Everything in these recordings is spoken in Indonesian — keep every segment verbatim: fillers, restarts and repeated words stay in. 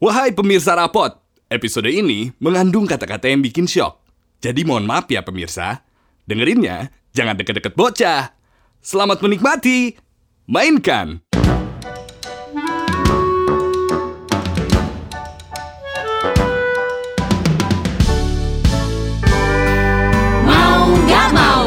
Wahai pemirsa Rapot, episode ini mengandung kata-kata yang bikin syok. Jadi mohon maaf ya pemirsa, dengerinnya jangan deket-deket bocah. Selamat menikmati, mainkan! Mau nggak mau?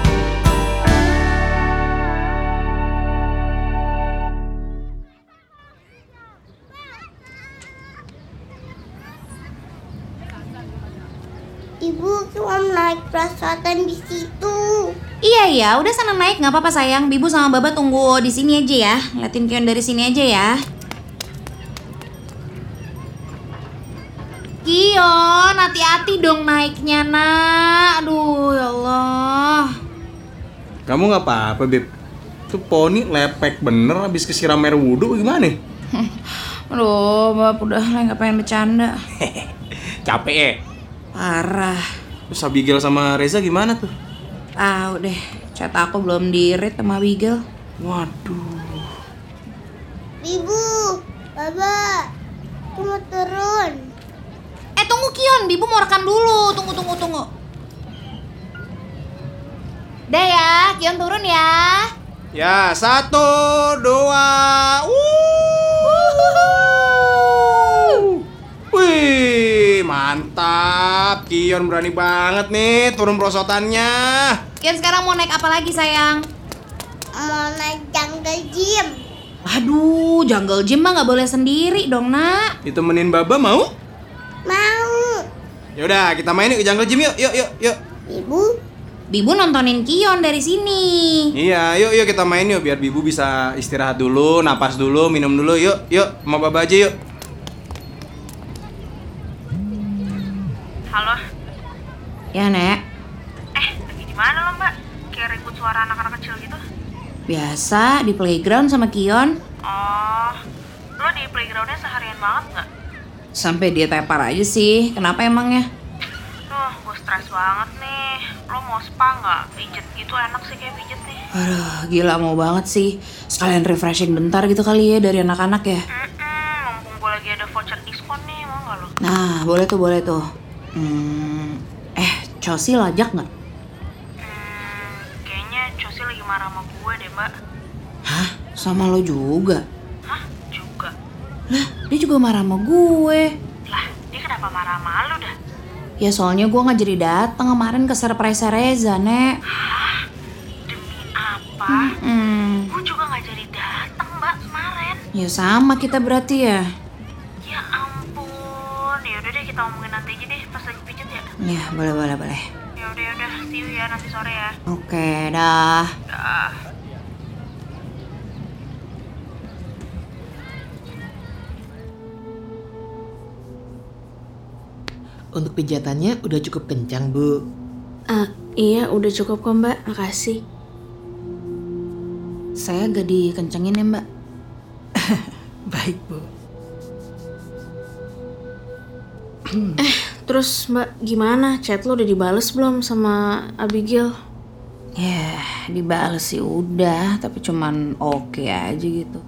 Ibu cuma naik perasaan di situ. Iya ya, udah sana naik, nggak apa-apa sayang. Bibu sama Baba tunggu di sini aja ya. Liatin Kion dari sini aja ya. Kion, hati-hati dong naiknya nak. Aduh ya Allah. Kamu nggak apa-apa, Beb? Tuh poni lepek bener abis kesiram air wudhu gimana? Aduh, Bab udah lah nggak pengen bercanda. Capek ya? Parah. Terus Abigail sama Reza gimana tuh? Tahu deh, chat aku belum di-read sama Abigail. Waduh. Ibu, Baba, aku mau turun. Eh tunggu Kion, Bibu mau rekam dulu. Tunggu, tunggu, tunggu. Udah ya, Kion turun ya. Ya, satu, dua, wuh. Wih, mantap. Kion berani banget nih turun perosotannya. Kion sekarang mau naik apa lagi sayang? Mau naik jungle gym. Aduh, jungle gym mah nggak boleh sendiri dong nak. Ditemenin Baba mau? Mau. Yaudah, kita main yuk ke jungle gym yuk, yuk, yuk, yuk. Ibu, Bibu nontonin Kion dari sini. Iya, yuk, yuk kita main yuk biar Bibu bisa istirahat dulu, napas dulu, minum dulu, yuk, yuk, sama Baba aja yuk. Halo, Ya nek, eh lagi di mana lo mbak? Kayak ribut suara anak-anak kecil gitu. biasa di playground sama Kion. Oh, lo di playgroundnya seharian banget nggak? Sampai dia tepar aja sih. Kenapa emangnya? Duh, gue stres banget nih. Lo mau spa nggak? Pijet gitu enak sih kayak pijet nih. Aduh, gila mau banget sih. Sekalian refreshing bentar gitu kali ya dari anak-anak ya. Mm-mm, mumpung gue lagi ada voucher diskon nih, mau nggak lo? Nah, boleh tuh, boleh tuh. Hmm, eh, Chelsea lajak nggak? Hmm, kayaknya Chelsea lagi marah sama gue deh mbak. Hah? Sama lo juga? Hah? Juga? Lah, dia juga marah sama gue. Lah, dia kenapa marah sama lo dah? Ya soalnya gue nggak jadi datang kemarin ke surprise Reza, Nek. Hah? Demi apa? Hmm, Gue juga nggak jadi datang mbak kemarin. ya sama kita berarti ya. Ya ampun, ya udah deh kita ngomongin nanti aja deh pas lagi pijet ya. Ya, boleh, boleh, boleh. Ya udah ya udah, see you ya nanti sore ya. Oke, dah. Dah. Untuk pijatannya udah cukup kencang, Bu. Ah, iya udah cukup kok mbak, makasih. Saya agak dikencengin ya, Mbak. Baik, Bu. Terus mbak gimana? Chat lo udah dibales belum sama Abigail? Ya, dibales sih udah, tapi cuman oke aja gitu.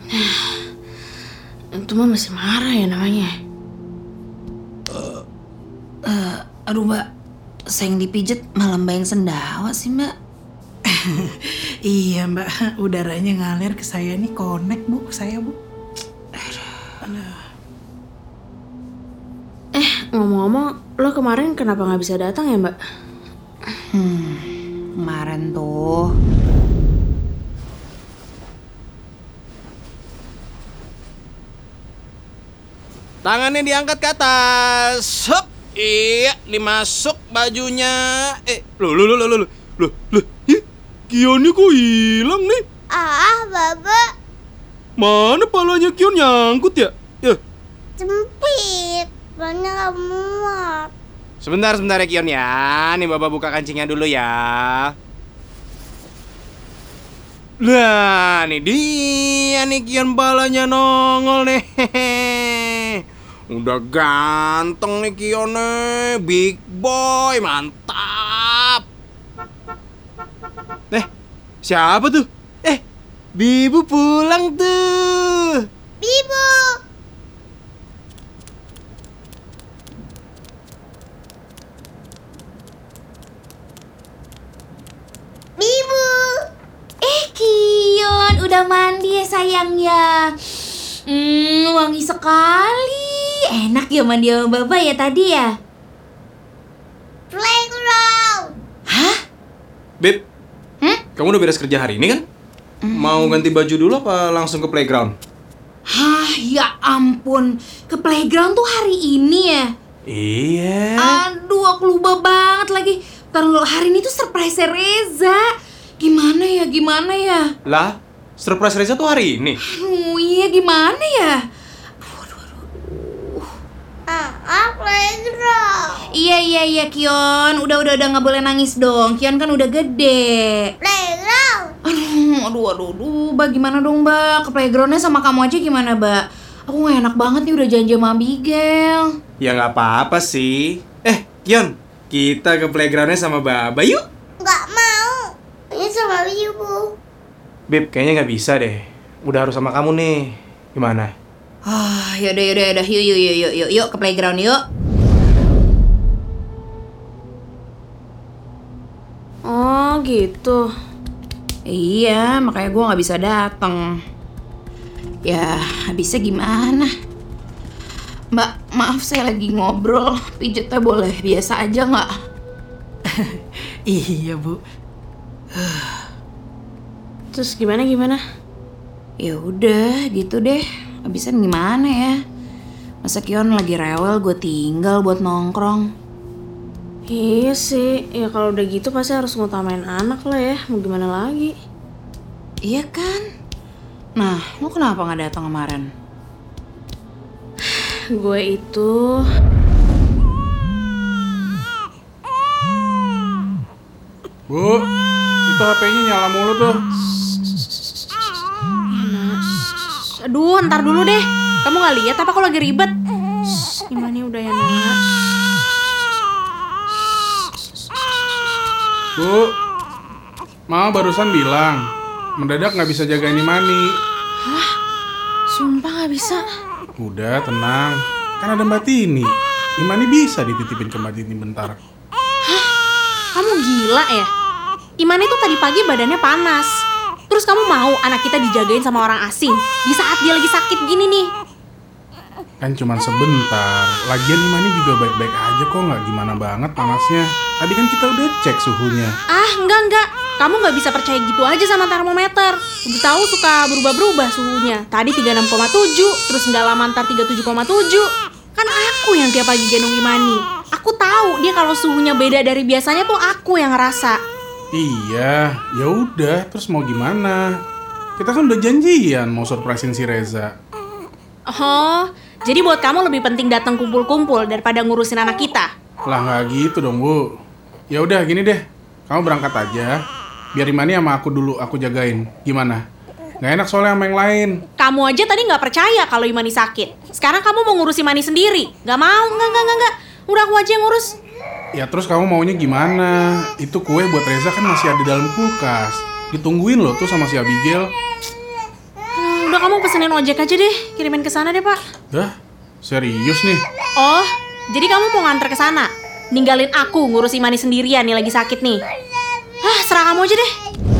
Itu mah masih marah ya namanya. Uh, aduh Mbak, saya yang dipijet malah Mbak yang sendawa sih Mbak. Iya, Mbak. Udaranya ngalir ke saya nih, connect, Bu, ke saya, Bu. Eh ngomong-ngomong, lo kemarin kenapa nggak bisa datang ya mbak? Hmm, kemarin tuh Tangannya diangkat ke atas. Hup. Iya, dimasuk bajunya. Eh, loh, loh, loh, loh, loh, loh, loh, ih, Kionnya kok hilang nih? ah, Baba, Mana palanya Kion nyangkut ya? Ya, sempit. Banyak nggak muat. sebentar, sebentar ya Kion ya. Nih Baba buka kancingnya dulu ya. Lah, nih dia nih Kion balanya nongol nih. Udah ganteng nih Kion nih, big boy, mantap. Eh, siapa tuh? Eh, Bibu pulang tuh. Bibu, udah mandi ya sayang ya? Hmm, wangi sekali. Enak ya mandi sama Baba ya tadi ya? Playground. Hah? Beb, Hmm? kamu udah beres kerja hari ini kan? Mau ganti baju dulu apa langsung ke playground? Hah, ya ampun. Ke playground tuh hari ini ya? Iya. Aduh, aku lupa banget lagi. Ntar hari ini tuh surprise Reza. Gimana ya, gimana ya? Lah, surprise Reza tuh hari ini. Aduh, iya gimana ya? Ah, ah, playground. Iya, iya, iya Kion. Udah, udah, udah gak boleh nangis dong. Kion kan udah gede. Playground. Aduh, aduh, aduh, aduh. Mbak gimana dong Mbak? Ke playgroundnya sama kamu aja gimana Mbak? Aku gak enak banget nih udah janji sama Abigail. Ya nggak apa-apa sih. Eh, Kion, kita ke playgroundnya sama Baba yuk. Nggak mau. Ini sama ibu. Beb, kayaknya nggak bisa deh. Udah harus sama kamu nih. Gimana? Ah, yaudah, yaudah, yaudah. Yuk, yuk, yuk, yuk, yuk, yuk ke playground yuk. Oh gitu. Iya, makanya gue gak bisa datang. Ya, habisnya gimana? Mbak, maaf saya lagi ngobrol. Pijetnya boleh biasa aja nggak? Iya bu. Terus gimana gimana? Ya udah, gitu deh. Habisan gimana ya? Masa Kion lagi rewel, gue tinggal buat nongkrong. Iya sih, ya kalau udah gitu pasti harus ngutamain anak lah ya. Mau gimana lagi? Iya kan? Nah, lu kenapa nggak datang kemarin? Gue itu Bu, itu H P-nya nyala mulu tuh. aduh, ntar dulu deh. Kamu gak lihat apa aku lagi ribet? Gimana nih udah ya nak? Bu, Mama barusan bilang mendadak nggak bisa jagain Imani. Sumpah gak bisa. Udah tenang, kan ada Mbak Tini. Imani bisa dititipin ke Mbak Tini bentar. Kamu gila ya? Iman itu tadi pagi badannya panas. Terus kamu mau anak kita dijagain sama orang asing di saat dia lagi sakit gini nih? Kan cuman sebentar. Lagian Imani juga baik-baik aja kok, nggak gimana banget panasnya. Tadi kan kita udah cek suhunya. Ah, enggak, enggak. Kamu nggak bisa percaya gitu aja sama termometer. Udah tahu suka berubah-berubah suhunya. Tadi tiga puluh enam koma tujuh, terus nggak lama ntar tiga puluh tujuh koma tujuh. Kan aku yang tiap pagi gendong Imani. Aku tahu dia kalau suhunya beda dari biasanya tuh aku yang ngerasa. Iya, ya udah. Terus mau gimana? Kita kan udah janjian mau surprisein si Reza. Oh, jadi buat kamu lebih penting datang kumpul-kumpul daripada ngurusin anak kita? Lah nggak gitu dong Bu. Ya udah gini deh, kamu berangkat aja. Biar Imani sama aku dulu, aku jagain. Gimana? Nggak enak soalnya sama yang lain. Kamu aja tadi nggak percaya kalau Imani sakit. Sekarang kamu mau ngurus Imani sendiri? Nggak mau, nggak, nggak, nggak, nggak. Udah aku aja yang ngurus. Ya terus kamu maunya gimana? Itu kue buat Reza kan masih ada di dalam kulkas. Ditungguin loh tuh sama si Abigail. Hmm, udah kamu pesenin ojek aja deh, kirimin ke sana deh Pak. Dah, serius nih. Oh, jadi kamu mau nganter ke sana? Ninggalin aku ngurus Imani sendirian nih lagi sakit nih. Hah, serah kamu aja deh.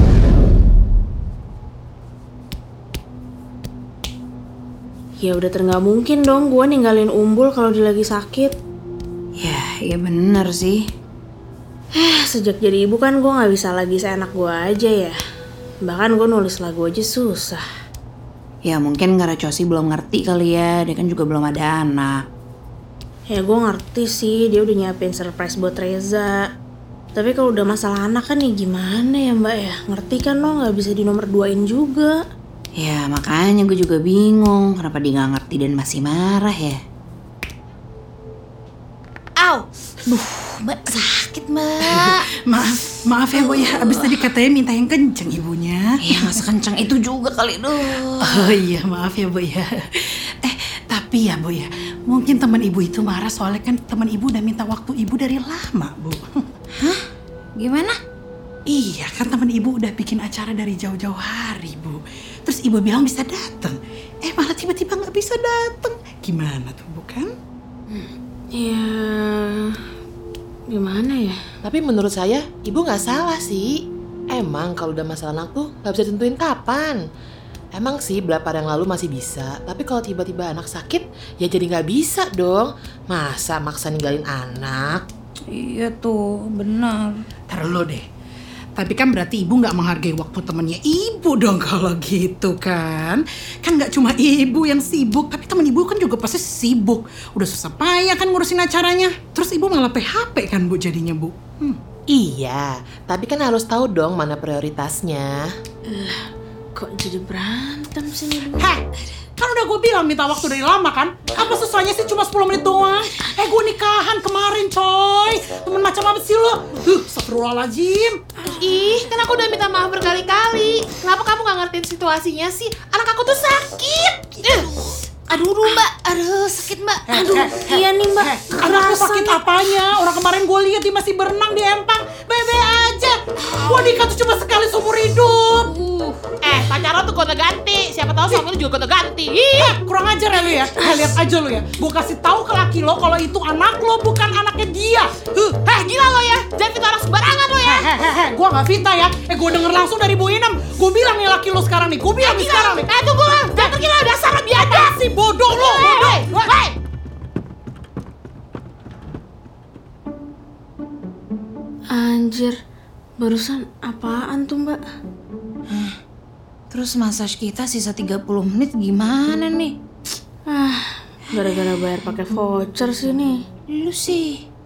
Ya udah nggak mungkin dong gue ninggalin Umbul kalau dia lagi sakit. Ya, ya bener sih. Eh, sejak jadi ibu kan gue nggak bisa lagi seenak gue aja ya. Bahkan gue nulis lagu aja susah. Ya mungkin karena Cosi belum ngerti kali ya. Dia kan juga belum ada anak. Ya gue ngerti sih, dia udah nyiapin surprise buat Reza. Tapi kalau udah masalah anak kan ya gimana ya mbak ya. Ngerti kan lo gak bisa di nomor duain juga. Ya makanya gue juga bingung. Kenapa dia gak ngerti dan masih marah ya. Au, duh mbak sakit mbak. Maaf, maaf ya bu ya. Abis tadi katanya minta yang kenceng ibunya. Ya gak sekencang itu juga kali duh. Oh iya maaf ya bu ya. Eh tapi ya bu ya, mungkin teman ibu itu marah soalnya kan teman ibu udah minta waktu ibu dari lama bu. Hah? Gimana? Iya kan teman ibu udah bikin acara dari jauh-jauh hari bu. Terus ibu bilang bisa datang. Eh malah tiba-tiba nggak bisa datang. Gimana tuh bukan? Hmm. Ya gimana ya? Tapi menurut saya ibu nggak salah sih. Emang kalau udah masalah anak tuh nggak bisa tentuin kapan. Emang sih beberapa hari yang lalu masih bisa, tapi kalau tiba-tiba anak sakit, ya jadi nggak bisa dong. Masa maksa ninggalin anak? Iya tuh, benar. Ntar lo deh. Tapi kan berarti ibu nggak menghargai waktu temennya ibu dong kalau gitu kan. Kan nggak cuma ibu yang sibuk, tapi temen ibu kan juga pasti sibuk. Udah susah payah kan ngurusin acaranya. Terus ibu malah P H P kan bu jadinya bu. Hmm. Iya, tapi kan harus tahu dong mana prioritasnya. Lah, kok jadi berantem sih nih? Heh, kan udah gue bilang minta waktu dari lama kan. Apa susahnya sih cuma sepuluh menit doang. Eh gue nikahan kemarin coy. Temen macam apa sih lo? Huh, astagfirullahaladzim. Ih, kan aku udah minta maaf berkali-kali. Kenapa kamu gak ngertiin situasinya sih? Anak aku tuh sakit. Eh, Aduh, aduh mbak, aduh sakit mbak. Aduh, Eh, eh, iya nih mbak. Eh, anak lo sakit apanya? Orang kemarin gue lihat dia masih berenang di empang. Bebe aja. Gue nikah tuh cuma sekali seumur hidup. eh pacaran tuh gonta ganti. Siapa tahu suami lu juga gonta ganti. Eh, kurang ajar ya lu ya. Eh, lihat aja lu ya. Gue kasih tahu ke laki lo kalau itu anak lo bukan anaknya dia. Huh. Eh, gila lo ya. Jangan fitnah orang sembarangan lo ya. Hehehe, gue gak fitnah ya. Eh, gue denger langsung dari Bu Inem. Gue bilang nih laki lo sekarang nih. Gue bilang nih sekarang nih. Eh, tunggu lah. Jangan gila, dasar lo biadab. Si bodoh lo, bodoh. Hei. Anjir, barusan apaan tuh mbak? Terus massage kita sisa tiga puluh menit gimana nih? Ah, gara-gara bayar pakai voucher sih nih. Lu sih.